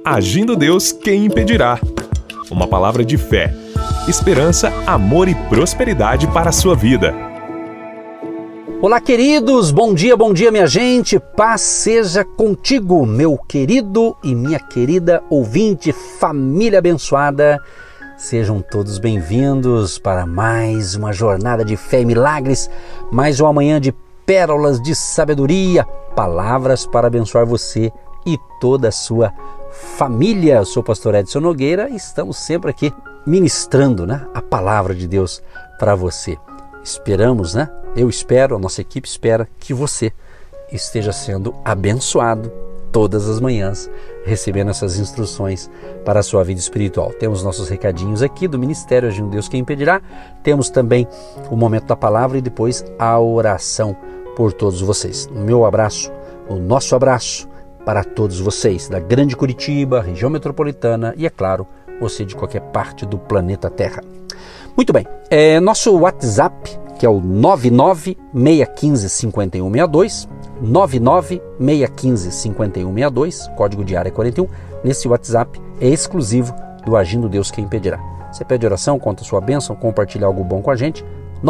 Agindo Deus, quem impedirá? Uma palavra de fé, esperança, amor e prosperidade para a sua vida. Olá, queridos, bom dia, minha gente, paz seja contigo, meu querido e minha querida ouvinte, família abençoada. Sejam todos bem-vindos para mais uma jornada de fé e milagres, mais uma manhã de pérolas de sabedoria, palavras para abençoar você e toda a sua família. Eu sou o pastor Edson Nogueira e estamos sempre aqui ministrando, a palavra de Deus para você. Esperamos, Eu espero, a nossa equipe espera que você esteja sendo abençoado todas as manhãs, recebendo essas instruções para a sua vida espiritual. Temos nossos recadinhos aqui do Ministério Agindo Deus, quem impedirá. Temos também o momento da palavra e depois a oração por todos vocês. O meu abraço, o nosso abraço para todos vocês da Grande Curitiba, região metropolitana e, é claro, você de qualquer parte do planeta Terra. Muito bem, nosso WhatsApp, que é o 996155162, 996155162, código de área 41. Nesse WhatsApp é exclusivo do Agindo Deus, quem impedirá. Você pede oração, conta a sua bênção, compartilha algo bom com a gente,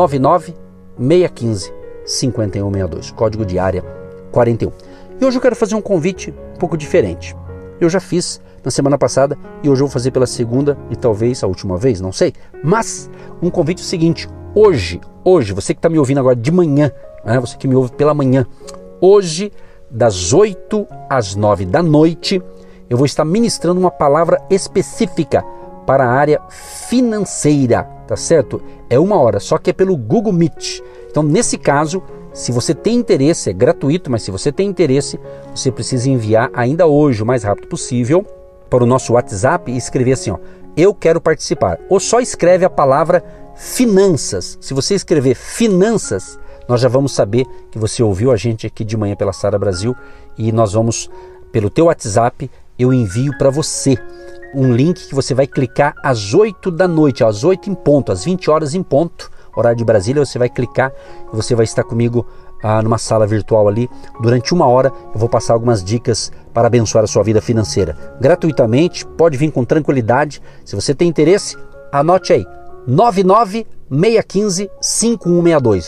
996155162, código de área 41. E hoje eu quero fazer um convite um pouco diferente. Eu já fiz na semana passada e hoje eu vou fazer pela segunda e talvez a última vez, não sei. Mas um convite é o seguinte: hoje, você que está me ouvindo agora de manhã, você que me ouve pela manhã, hoje das 8 às 9 da noite, eu vou estar ministrando uma palavra específica para a área financeira, tá certo? É 1 hora, só que é pelo Google Meet. Então, nesse caso, se você tem interesse, é gratuito, mas se você tem interesse, você precisa enviar ainda hoje, o mais rápido possível, para o nosso WhatsApp e escrever assim, eu quero participar. Ou só escreve a palavra finanças. Se você escrever finanças, nós já vamos saber que você ouviu a gente aqui de manhã pela Sara Brasil e nós vamos, pelo teu WhatsApp, eu envio para você um link que você vai clicar às 8 da noite, às 8 em ponto, às 20 horas em ponto, horário de Brasília. Você vai clicar e você vai estar comigo numa sala virtual ali. Durante 1 hora eu vou passar algumas dicas para abençoar a sua vida financeira. Gratuitamente, pode vir com tranquilidade. Se você tem interesse, anote aí, 996155162,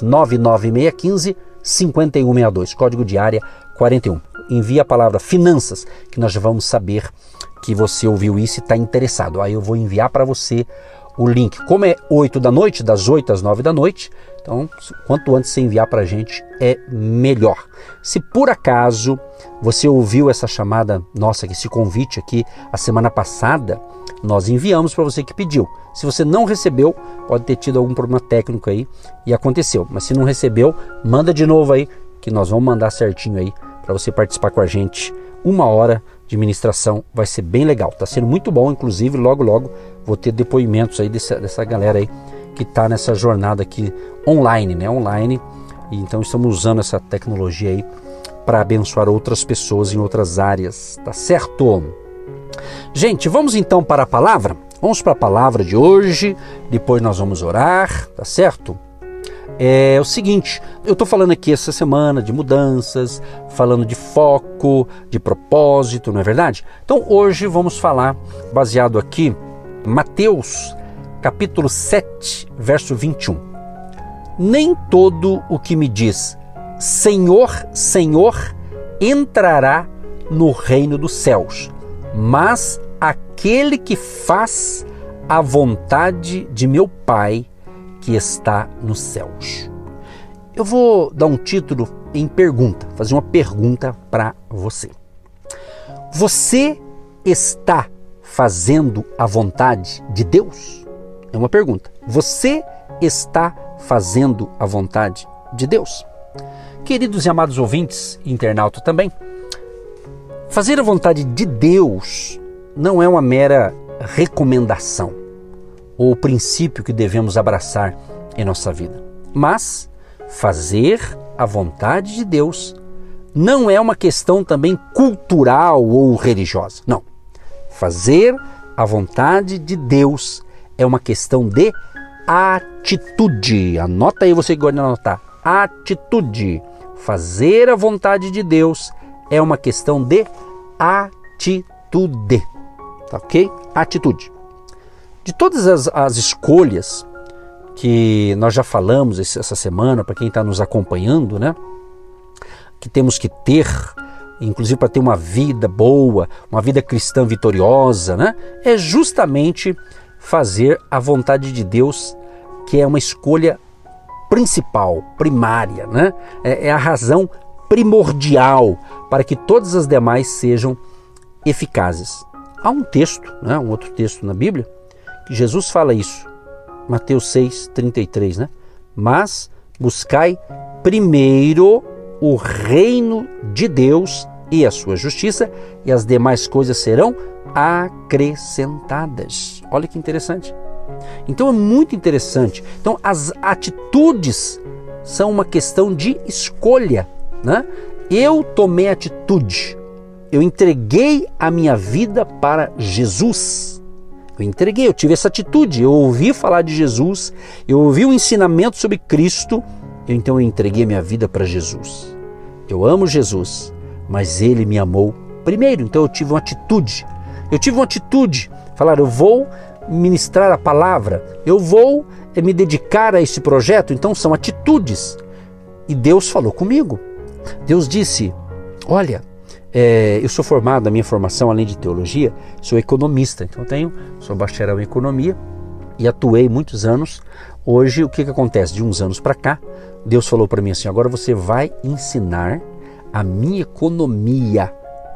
996155162, código de área 41. Envie a palavra finanças, que nós já vamos saber que você ouviu isso e está interessado. Aí eu vou enviar para você o link. Como é 8 da noite, das 8 às 9 da noite, então quanto antes você enviar para a gente é melhor. Se por acaso você ouviu essa chamada nossa, esse convite aqui a semana passada, nós enviamos para você que pediu. Se você não recebeu, pode ter tido algum problema técnico aí e aconteceu. Mas se não recebeu, manda de novo aí, que nós vamos mandar certinho aí para você participar com a gente. 1 hora de ministração, vai ser bem legal. Está sendo muito bom, inclusive logo vou ter depoimentos aí dessa galera aí que está nessa jornada aqui online, Online. E então estamos usando essa tecnologia aí para abençoar outras pessoas em outras áreas, tá certo? Gente, vamos então para a palavra? Vamos para a palavra de hoje, depois nós vamos orar, tá certo? É o seguinte, eu estou falando aqui essa semana de mudanças, falando de foco, de propósito, não é verdade? Então hoje vamos falar, baseado aqui, Mateus capítulo 7, verso 21. Nem todo o que me diz Senhor, Senhor, entrará no reino dos céus, mas aquele que faz a vontade de meu Pai que está nos céus. Eu vou dar um título em pergunta, fazer uma pergunta para você. Você está fazendo a vontade de Deus? É uma pergunta. Você está fazendo a vontade de Deus? Queridos e amados ouvintes, internauta também, fazer a vontade de Deus não é uma mera recomendação ou princípio que devemos abraçar em nossa vida. Mas fazer a vontade de Deus não é uma questão também cultural ou religiosa. Não. Fazer a vontade de Deus é uma questão de atitude. Anota aí, você que gosta de anotar. Atitude. Fazer a vontade de Deus é uma questão de atitude. tá ok? Atitude. De todas as escolhas que nós já falamos essa semana, para quem está nos acompanhando, né? Que temos que ter, inclusive para ter uma vida boa, uma vida cristã vitoriosa, né? É justamente fazer a vontade de Deus, que é uma escolha principal, primária, né? É a razão primordial para que todas as demais sejam eficazes. Há um texto, né? Um outro texto na Bíblia, que Jesus fala isso, Mateus 6,33, né? Mas buscai primeiro o reino de Deus e a sua justiça, e as demais coisas serão acrescentadas. Olha que interessante. Então é muito interessante. Então as atitudes são uma questão de escolha, né? Eu tomei atitude, eu entreguei a minha vida para Jesus. Eu entreguei, eu tive essa atitude, eu ouvi falar de Jesus, eu ouvi o ensinamento sobre Cristo, então eu entreguei a minha vida para Jesus. Eu amo Jesus, mas Ele me amou primeiro, então eu tive uma atitude. Falar, eu vou ministrar a palavra, eu vou me dedicar a esse projeto, então são atitudes. E Deus falou comigo. Deus disse, olha, eu sou formado, a minha formação, além de teologia, sou economista, então sou bacharel em economia e atuei muitos anos. Hoje, o que acontece? De uns anos para cá, Deus falou para mim assim, agora você vai ensinar a minha economia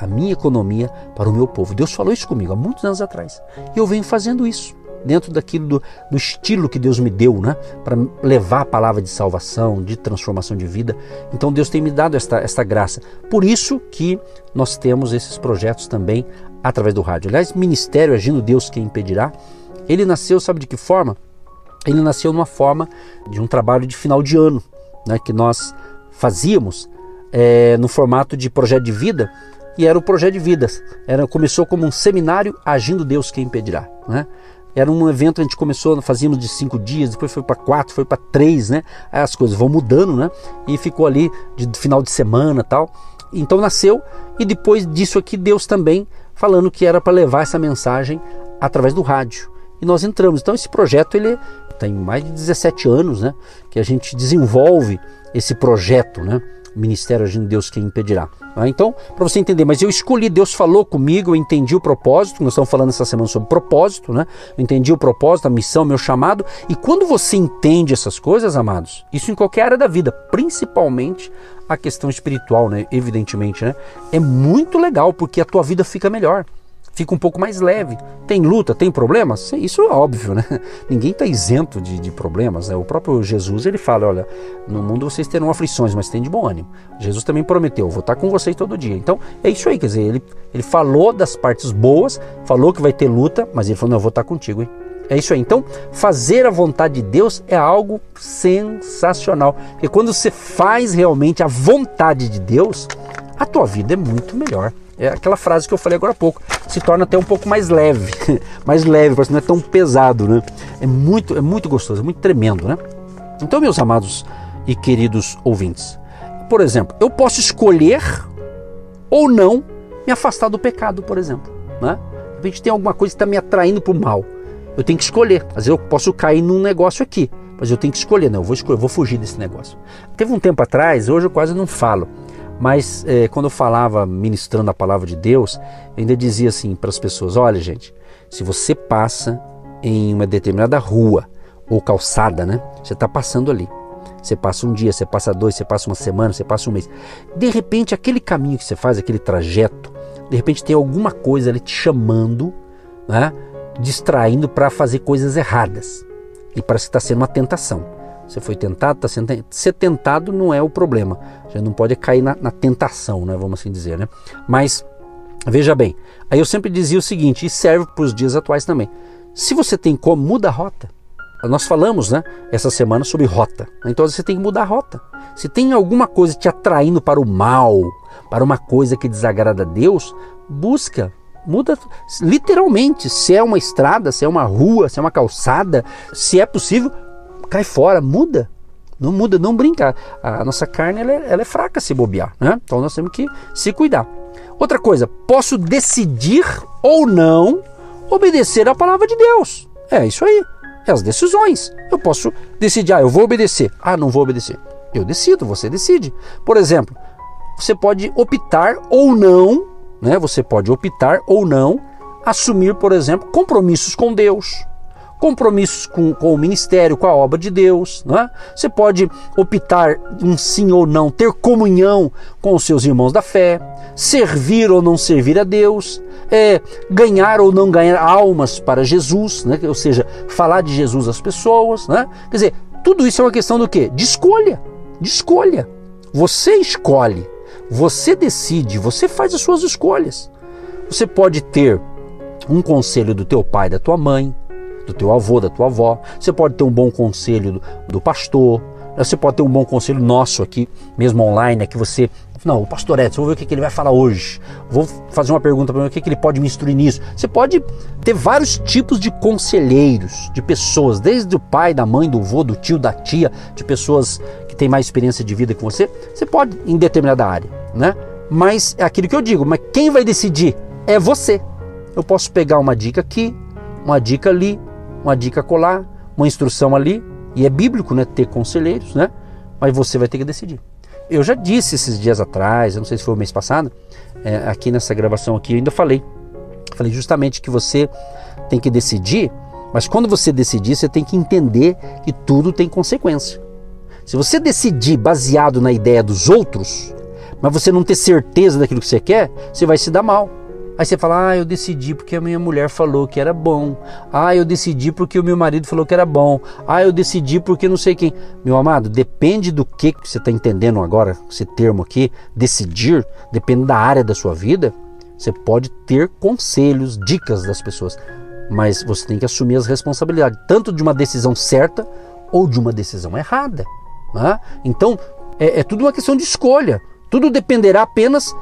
para o meu povo. Deus falou isso comigo há muitos anos atrás. E eu venho fazendo isso, dentro daquilo do estilo que Deus me deu, né? Para levar a palavra de salvação, de transformação de vida. Então Deus tem me dado esta graça. Por isso que nós temos esses projetos também através do rádio. Aliás, Ministério Agindo Deus Quem Impedirá, ele nasceu, sabe de que forma? Ele nasceu numa forma de um trabalho de final de ano, né? Que nós fazíamos no formato de projeto de vida. E era o projeto de vidas. Começou como um seminário Agindo Deus Quem Impedirá, né? Era um evento que a gente começou, fazíamos de 5 dias, depois foi para 4, foi para 3, né? Aí as coisas vão mudando, né? E ficou ali de final de semana e tal. Então nasceu, e depois disso aqui Deus também falando que era para levar essa mensagem através do rádio. E nós entramos. Então esse projeto, ele tem mais de 17 anos, né? Que a gente desenvolve esse projeto, né? Ministério Agindo Deus Quem Impedirá. Então, para você entender, mas eu escolhi, Deus falou comigo, eu entendi o propósito, nós estamos falando essa semana sobre propósito, né? Eu entendi o propósito, a missão, meu chamado, e quando você entende essas coisas, amados, isso em qualquer área da vida, principalmente a questão espiritual, né? Evidentemente, né? É muito legal, porque a tua vida fica melhor. Fica um pouco mais leve. Tem luta, tem problemas? Isso é óbvio, né? Ninguém está isento de problemas, né? O próprio Jesus, ele fala, olha, no mundo vocês terão aflições, mas tem de bom ânimo. Jesus também prometeu, vou estar com vocês todo dia. Então, é isso aí, quer dizer, ele falou das partes boas, falou que vai ter luta, mas ele falou, não, eu vou estar contigo, hein? É isso aí. Então, fazer a vontade de Deus é algo sensacional. Porque quando você faz realmente a vontade de Deus, a tua vida é muito melhor. É aquela frase que eu falei agora há pouco, se torna até um pouco mais leve, parece que não é tão pesado, né? É muito gostoso, é muito tremendo, né? Então, meus amados e queridos ouvintes, por exemplo, eu posso escolher ou não me afastar do pecado, por exemplo, né? De repente tem alguma coisa que está me atraindo para o mal, eu tenho que escolher. Às vezes eu posso cair num negócio aqui, mas eu tenho que escolher, não, eu vou fugir desse negócio. Teve um tempo atrás, hoje eu quase não falo, mas quando eu falava ministrando a palavra de Deus, eu ainda dizia assim para as pessoas, olha gente, se você passa em uma determinada rua ou calçada, né? Você está passando ali, você passa um dia, você passa 2, você passa uma semana, você passa um mês, de repente aquele caminho que você faz, aquele trajeto, de repente tem alguma coisa ali te chamando, né? Distraindo para fazer coisas erradas, e parece que está sendo uma tentação. Você foi tentado, está sendo tentado. Ser tentado não é o problema. A gente não pode cair na tentação, né? Vamos assim dizer, né? Mas, veja bem, aí eu sempre dizia o seguinte, e serve para os dias atuais também. Se você tem como, muda a rota. Nós falamos, né, essa semana sobre rota. Então você tem que mudar a rota. Se tem alguma coisa te atraindo para o mal, para uma coisa que desagrada a Deus, busca. Muda literalmente. Se é uma estrada, se é uma rua, se é uma calçada, se é possível, cai fora, muda, não brinca. A nossa carne ela é fraca se bobear, né? Então nós temos que se cuidar. Outra coisa, posso decidir ou não Obedecer à palavra de Deus. É isso aí. É as decisões. Eu posso decidir, eu vou obedecer. Não vou obedecer. Eu decido, você decide. Por exemplo, você pode optar ou não, né? Você pode optar ou não assumir, por exemplo, compromissos com Deus, compromissos com o ministério, com a obra de Deus, não é? Você pode optar em sim ou não, ter comunhão com os seus irmãos da fé, servir ou não servir a Deus, ganhar ou não ganhar almas para Jesus, né? Ou seja, falar de Jesus às pessoas, né? Quer dizer, tudo isso é uma questão do quê? De escolha, de escolha. Você escolhe, você decide, você faz as suas escolhas. Você pode ter um conselho do teu pai, da tua mãe, do teu avô, da tua avó. Você pode ter um bom conselho do pastor. Você pode ter um bom conselho nosso aqui, mesmo online, que você... Não, o pastor Edson, vou ver o que ele vai falar hoje. Vou fazer uma pergunta para ele, o que ele pode me instruir nisso. Você pode ter vários tipos de conselheiros, de pessoas, desde o pai, da mãe, do avô, do tio, da tia, de pessoas que têm mais experiência de vida que você. Você pode em determinada área, né? Mas é aquilo que eu digo, mas quem vai decidir é você. Eu posso pegar uma dica aqui, uma dica ali, uma dica colar, uma instrução ali, e é bíblico, né, ter conselheiros, né? Mas você vai ter que decidir. Eu já disse esses dias atrás, eu não sei se foi o mês passado, aqui nessa gravação aqui eu ainda falei justamente que você tem que decidir, mas quando você decidir, você tem que entender que tudo tem consequência. Se você decidir baseado na ideia dos outros, mas você não ter certeza daquilo que você quer, você vai se dar mal. Aí você fala, eu decidi porque a minha mulher falou que era bom. Eu decidi porque o meu marido falou que era bom. Eu decidi porque não sei quem. Meu amado, depende do que você está entendendo agora, esse termo aqui, decidir, depende da área da sua vida. Você pode ter conselhos, dicas das pessoas, mas você tem que assumir as responsabilidades, tanto de uma decisão certa ou de uma decisão errada. Né? Então, é tudo uma questão de escolha. Tudo dependerá apenas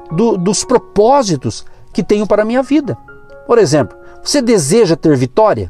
dos propósitos que tenho para a minha vida. Por exemplo, você deseja ter vitória?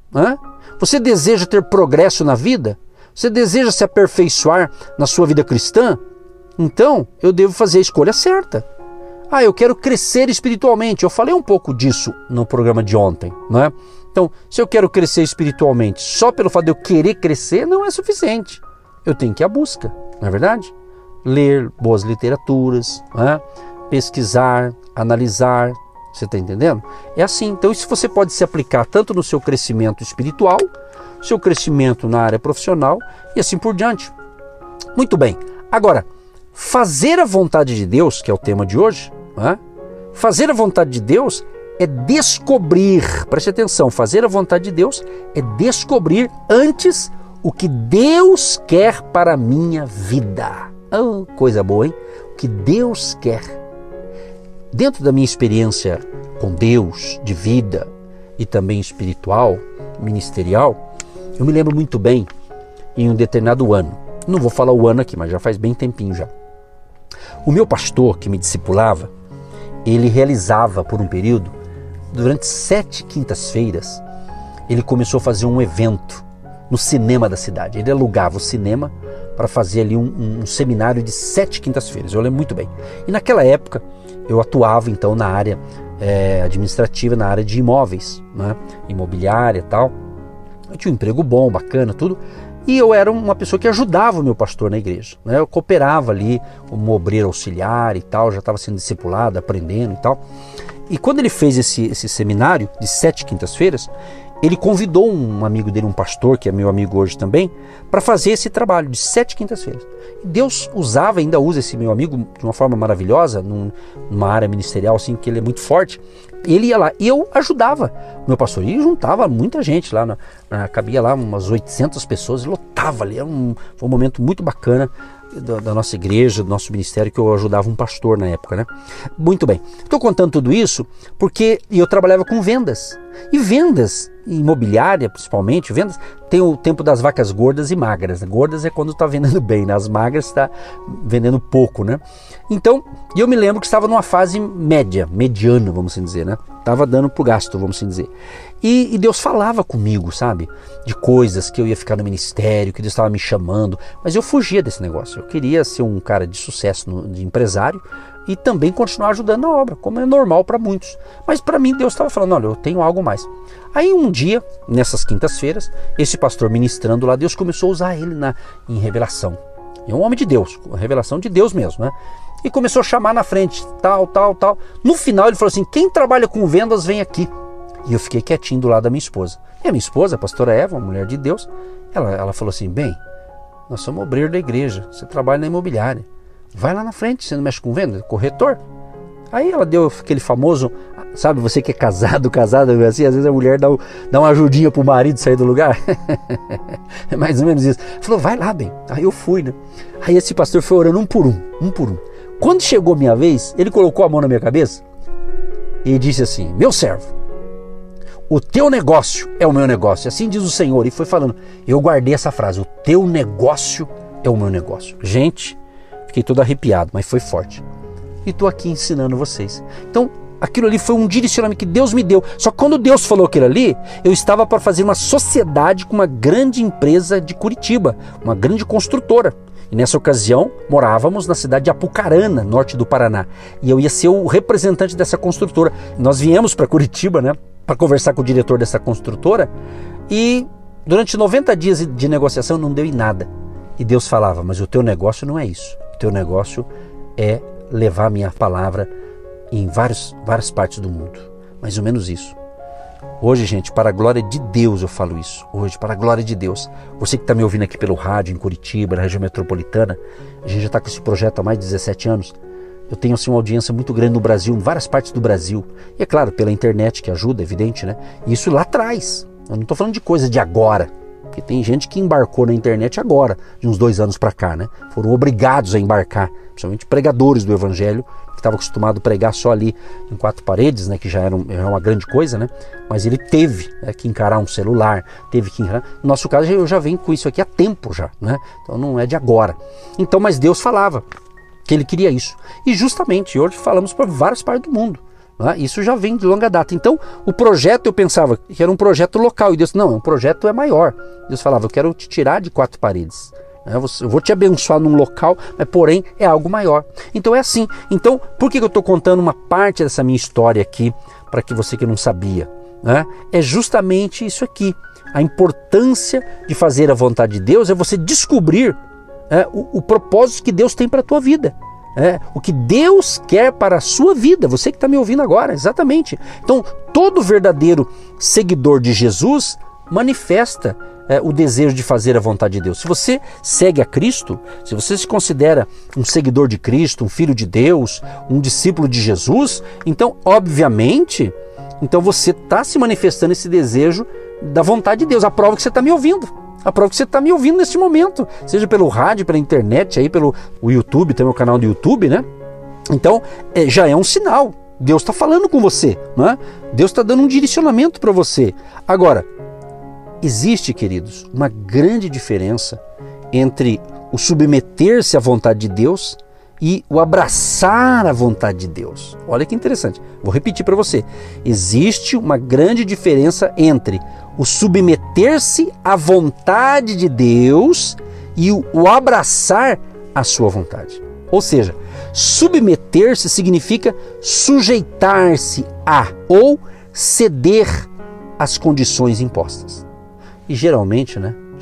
Você deseja ter progresso na vida? Você deseja se aperfeiçoar na sua vida cristã? Então, eu devo fazer a escolha certa. Eu quero crescer espiritualmente. Eu falei um pouco disso no programa de ontem, não é? Então, se eu quero crescer espiritualmente só pelo fato de eu querer crescer, não é suficiente. Eu tenho que ir à busca, não é verdade? Ler boas literaturas, pesquisar, analisar, você está entendendo? É assim, então isso você pode se aplicar tanto no seu crescimento espiritual, seu crescimento na área profissional e assim por diante. Muito bem, agora, fazer a vontade de Deus, que é o tema de hoje, fazer a vontade de Deus é descobrir, preste atenção, fazer a vontade de Deus é descobrir antes o que Deus quer para a minha vida. Coisa boa, hein? O que Deus quer. Dentro da minha experiência com Deus, de vida e também espiritual, ministerial, eu me lembro muito bem em um determinado ano. Não vou falar o ano aqui, mas já faz bem tempinho já. O meu pastor que me discipulava, ele realizava por um período, durante 7 quintas-feiras, ele começou a fazer um evento no cinema da cidade. Ele alugava o cinema para fazer ali um seminário de 7 quintas-feiras. Eu lembro muito bem. E naquela época, eu atuava então na área administrativa, na área de imóveis, né? Imobiliária e tal. Eu tinha um emprego bom, bacana, tudo. E eu era uma pessoa que ajudava o meu pastor na igreja, né? Eu cooperava ali como obreiro auxiliar e tal, já estava sendo discipulado, aprendendo e tal. E quando ele fez esse seminário de 7 quintas-feiras, ele convidou um amigo dele, um pastor, que é meu amigo hoje também, para fazer esse trabalho de 7 quintas-feiras. E Deus usava, ainda usa esse meu amigo de uma forma maravilhosa, numa área ministerial assim, que ele é muito forte. Ele ia lá e eu ajudava o meu pastor. E juntava muita gente lá, cabia lá umas 800 pessoas e lotava ali. Foi um momento muito bacana da nossa igreja, do nosso ministério, que eu ajudava um pastor na época, né? Muito bem. Estou contando tudo isso porque eu trabalhava com vendas. E vendas imobiliária, principalmente, vendas, tem o tempo das vacas gordas e magras. Gordas é quando está vendendo bem, né? As magras está vendendo pouco, né? Então, eu me lembro que estava numa fase mediana, vamos assim dizer, né? Estava dando pro gasto, vamos assim dizer. E Deus falava comigo, sabe? De coisas que eu ia ficar no ministério, que Deus estava me chamando, mas eu fugia desse negócio. Eu queria ser um cara de sucesso, de empresário, e também continuar ajudando na obra, como é normal para muitos. Mas para mim Deus estava falando, olha, eu tenho algo mais. Aí um dia, nessas quintas-feiras, esse pastor ministrando lá, Deus começou a usar ele em revelação. É um homem de Deus, revelação de Deus mesmo, né? E começou a chamar na frente, tal. No final ele falou assim, quem trabalha com vendas vem aqui. E eu fiquei quietinho do lado da minha esposa. E a minha esposa, a pastora Eva, uma mulher de Deus, ela falou assim, bem, nós somos obreiros da igreja, você trabalha na imobiliária. Vai lá na frente, você não mexe com venda, corretor. Aí ela deu aquele famoso, sabe, você que é casado, assim, às vezes a mulher dá uma ajudinha pro marido sair do lugar. É mais ou menos isso. Falou, vai lá, bem. Aí eu fui, né? Aí esse pastor foi orando um por um. Quando chegou a minha vez, ele colocou a mão na minha cabeça e disse assim, meu servo, o teu negócio é o meu negócio, assim diz o Senhor. E foi falando, eu guardei essa frase, o teu negócio é o meu negócio. Gente, fiquei todo arrepiado, mas foi forte. E estou aqui ensinando vocês. Então, aquilo ali foi um direcionamento que Deus me deu. Só que quando Deus falou aquilo ali, eu estava para fazer uma sociedade com uma grande empresa de Curitiba, uma grande construtora. E nessa ocasião, morávamos na cidade de Apucarana, norte do Paraná. E eu ia ser o representante dessa construtora. Nós viemos para Curitiba, né, para conversar com o diretor dessa construtora. E durante 90 dias de negociação não deu em nada. E Deus falava, mas o teu negócio não é isso. O teu negócio é levar a minha palavra em várias partes do mundo. Mais ou menos isso. Hoje, gente, para a glória de Deus eu falo isso. Hoje, para a glória de Deus. Você que está me ouvindo aqui pelo rádio, em Curitiba, na região metropolitana, a gente já está com esse projeto há mais de 17 anos. Eu tenho assim, uma audiência muito grande no Brasil, em várias partes do Brasil. E é claro, pela internet, que ajuda, evidente, né? E isso lá atrás. Eu não estou falando de coisa de agora. Porque tem gente que embarcou na internet agora, de uns 2 anos para cá, né? Foram obrigados a embarcar, principalmente pregadores do evangelho, que estavam acostumados a pregar só ali em 4 paredes, né? Que já era uma grande coisa, né? Mas ele teve que encarar um celular, teve que encarar... No nosso caso, eu já venho com isso aqui há tempo já, né? Então não é de agora. Então, mas Deus falava que ele queria isso. E justamente, hoje falamos para várias partes do mundo. Isso já vem de longa data. Então o projeto, eu pensava que era um projeto local, e Deus, não, um projeto é maior. Deus falava, eu quero te tirar de 4 paredes, eu vou te abençoar num local, mas porém é algo maior. Então é assim. Então por que eu estou contando uma parte dessa minha história aqui, para que você que não sabia, né? É justamente isso aqui. A importância de fazer a vontade de Deus é você descobrir o propósito que Deus tem para a tua vida. O que Deus quer para a sua vida, você que está me ouvindo agora, exatamente. Então, todo verdadeiro seguidor de Jesus manifesta o desejo de fazer a vontade de Deus. Se você segue a Cristo, se você se considera um seguidor de Cristo, um filho de Deus, um discípulo de Jesus, então, obviamente, então você está se manifestando esse desejo da vontade de Deus. A prova que você está me ouvindo. A prova que você está me ouvindo neste momento, seja pelo rádio, pela internet, aí pelo YouTube, tem meu canal do YouTube, né? Então, já é um sinal. Deus está falando com você, né? Deus está dando um direcionamento para você. Agora, existe, queridos, uma grande diferença entre o submeter-se à vontade de Deus e o abraçar a vontade de Deus. Olha que interessante. Vou repetir para você. Existe uma grande diferença entre o submeter-se à vontade de Deus e o abraçar a sua vontade. Ou seja, submeter-se significa sujeitar-se a ou ceder às condições impostas. E geralmente,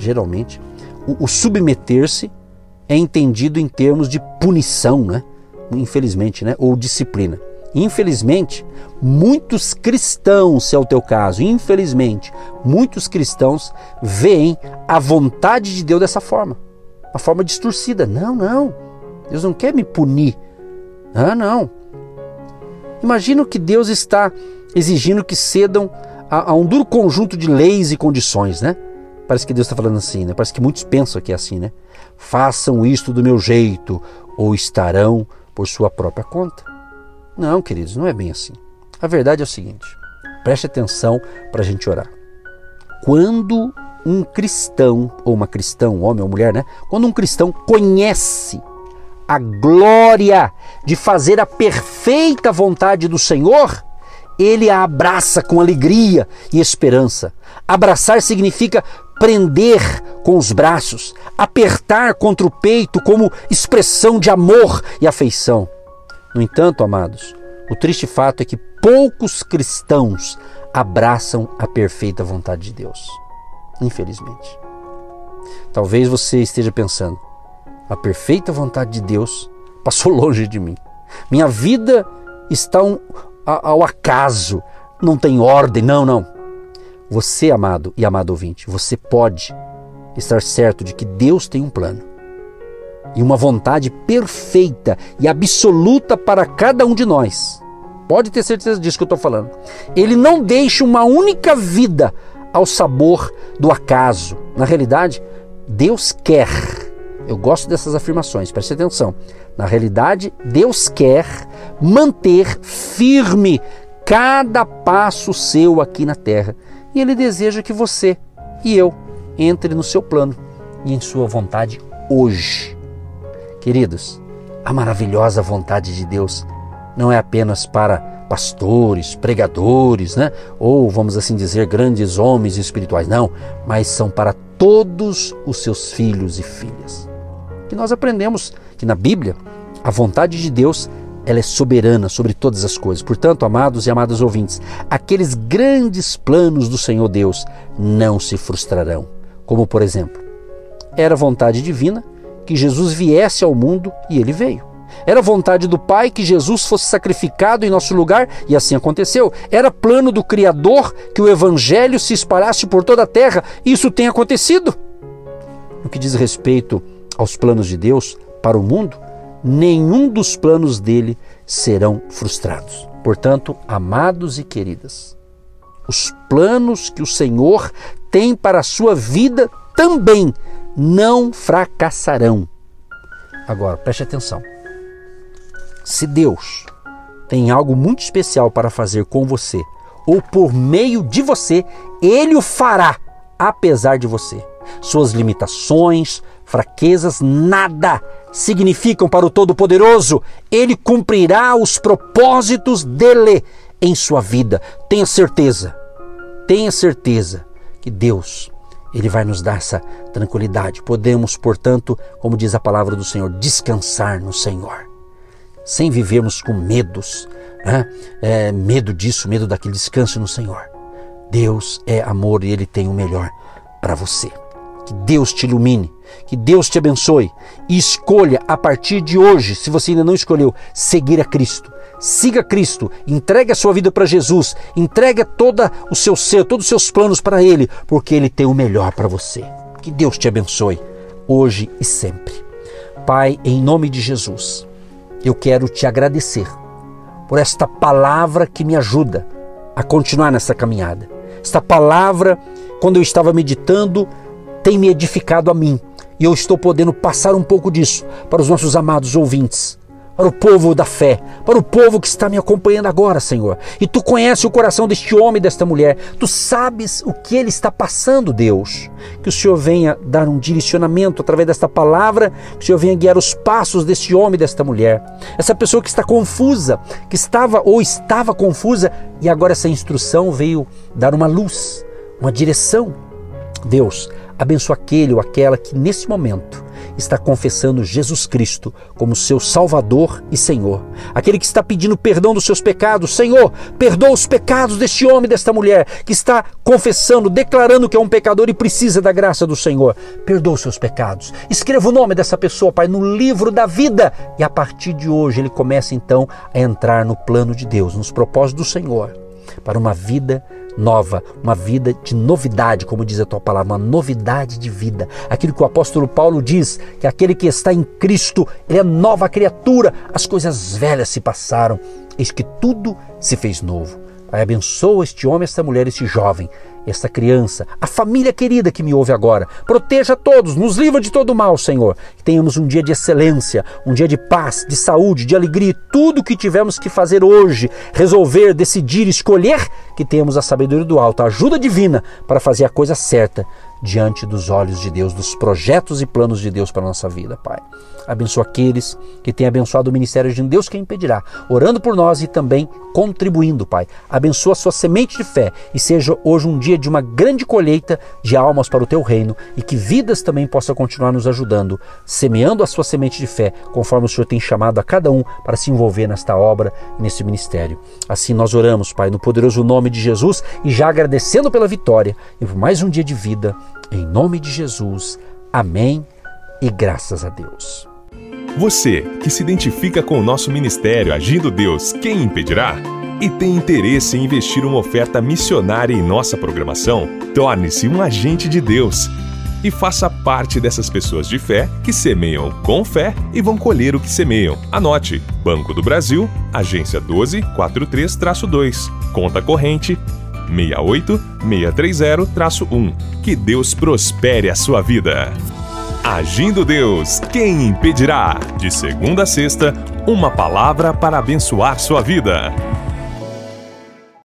o submeter-se é entendido em termos de punição, né? Infelizmente, né? Ou disciplina. Infelizmente, muitos cristãos, se é o teu caso, infelizmente, muitos cristãos veem a vontade de Deus dessa forma, uma forma distorcida. Não, Deus não quer me punir. Não. Imagina que Deus está exigindo que cedam a um duro conjunto de leis e condições, né? Parece que Deus está falando assim, né? Parece que muitos pensam que é assim, né? Façam isto do meu jeito ou estarão por sua própria conta. Não, queridos, não é bem assim. A verdade é o seguinte, preste atenção para a gente orar. Quando um cristão, ou uma cristã, um homem ou mulher, né? Quando um cristão conhece a glória de fazer a perfeita vontade do Senhor, ele a abraça com alegria e esperança. Abraçar significa prender com os braços, apertar contra o peito como expressão de amor e afeição. No entanto, amados, o triste fato é que poucos cristãos abraçam a perfeita vontade de Deus. Infelizmente. Talvez você esteja pensando, a perfeita vontade de Deus passou longe de mim. Minha vida está ao acaso, não tem ordem. Não. Você, amado e amado ouvinte, você pode estar certo de que Deus tem um plano e uma vontade perfeita e absoluta para cada um de nós. Pode ter certeza disso que eu estou falando. Ele não deixa uma única vida ao sabor do acaso. Na realidade, Deus quer. Eu gosto dessas afirmações, preste atenção. Na realidade, Deus quer manter firme cada passo seu aqui na terra. E Ele deseja que você e eu entre no seu plano e em sua vontade hoje. Queridos, a maravilhosa vontade de Deus não é apenas para pastores, pregadores, ou vamos assim dizer, grandes homens espirituais, não, mas são para todos os seus filhos e filhas. Que nós aprendemos que na Bíblia a vontade de Deus ela é soberana sobre todas as coisas. Portanto, amados e amadas ouvintes, aqueles grandes planos do Senhor Deus não se frustrarão. Como, por exemplo, era vontade divina que Jesus viesse ao mundo e Ele veio. Era vontade do Pai que Jesus fosse sacrificado em nosso lugar e assim aconteceu. Era plano do Criador que o Evangelho se espalhasse por toda a terra e isso tem acontecido. No que diz respeito aos planos de Deus para o mundo, nenhum dos planos dele serão frustrados. Portanto, amados e queridas, os planos que o Senhor tem para a sua vida também não fracassarão. Agora, preste atenção. Se Deus tem algo muito especial para fazer com você ou por meio de você, Ele o fará apesar de você. Suas limitações, fraquezas, nada significam para o Todo-Poderoso. Ele cumprirá os propósitos dele em sua vida. Tenha certeza que Deus, Ele vai nos dar essa tranquilidade. Podemos, portanto, como diz a palavra do Senhor, descansar no Senhor, sem vivermos com medos, medo disso, medo daquilo. Descanse no Senhor. Deus é amor e Ele tem o melhor para você. Que Deus te ilumine, que Deus te abençoe e escolha a partir de hoje, se você ainda não escolheu, seguir a Cristo. Siga Cristo, entregue a sua vida para Jesus, entregue todo o seu ser, todos os seus planos para Ele, porque Ele tem o melhor para você. Que Deus te abençoe, hoje e sempre. Pai, em nome de Jesus, eu quero te agradecer por esta palavra que me ajuda a continuar nessa caminhada. Esta palavra, quando eu estava meditando, tem me edificado a mim. E eu estou podendo passar um pouco disso para os nossos amados ouvintes, para o povo da fé, para o povo que está me acompanhando agora, Senhor. E Tu conheces o coração deste homem e desta mulher. Tu sabes o que ele está passando, Deus. Que o Senhor venha dar um direcionamento através desta palavra, que o Senhor venha guiar os passos deste homem e desta mulher. Essa pessoa que está confusa, que estava confusa, e agora essa instrução veio dar uma luz, uma direção. Deus, abençoa aquele ou aquela que nesse momento está confessando Jesus Cristo como seu Salvador e Senhor. Aquele que está pedindo perdão dos seus pecados. Senhor, perdoa os pecados deste homem e desta mulher que está confessando, declarando que é um pecador e precisa da graça do Senhor. Perdoa os seus pecados. Escreva o nome dessa pessoa, Pai, no livro da vida. E a partir de hoje ele começa então a entrar no plano de Deus, nos propósitos do Senhor, para uma vida nova, uma vida de novidade, como diz a Tua palavra, uma novidade de vida. Aquilo que o apóstolo Paulo diz, que aquele que está em Cristo, ele é nova criatura, as coisas velhas se passaram, eis que tudo se fez novo. Pai, abençoa este homem, esta mulher, este jovem, esta criança, a família querida que me ouve agora. Proteja todos, nos livra de todo mal, Senhor. Que tenhamos um dia de excelência, um dia de paz, de saúde, de alegria. Tudo o que tivemos que fazer hoje, resolver, decidir, escolher, que tenhamos a sabedoria do alto, a ajuda divina para fazer a coisa certa diante dos olhos de Deus, dos projetos e planos de Deus para a nossa vida, Pai. Abençoa aqueles que têm abençoado o ministério de Deus Quem Impedirá, orando por nós e também contribuindo, Pai. Abençoa a sua semente de fé e seja hoje um dia de uma grande colheita de almas para o Teu reino e que vidas também possam continuar nos ajudando, semeando a sua semente de fé, conforme o Senhor tem chamado a cada um para se envolver nesta obra e nesse ministério. Assim nós oramos, Pai, no poderoso nome de Jesus e já agradecendo pela vitória e por mais um dia de vida, em nome de Jesus. Amém e graças a Deus. Você que se identifica com o nosso ministério Agindo Deus, Quem Impedirá? E tem interesse em investir uma oferta missionária em nossa programação? Torne-se um agente de Deus e faça parte dessas pessoas de fé que semeiam com fé e vão colher o que semeiam. Anote: Banco do Brasil, agência 1243-2, conta corrente 68630-1. Que Deus prospere a sua vida. Agindo Deus, Quem Impedirá? De segunda a sexta, uma palavra para abençoar sua vida.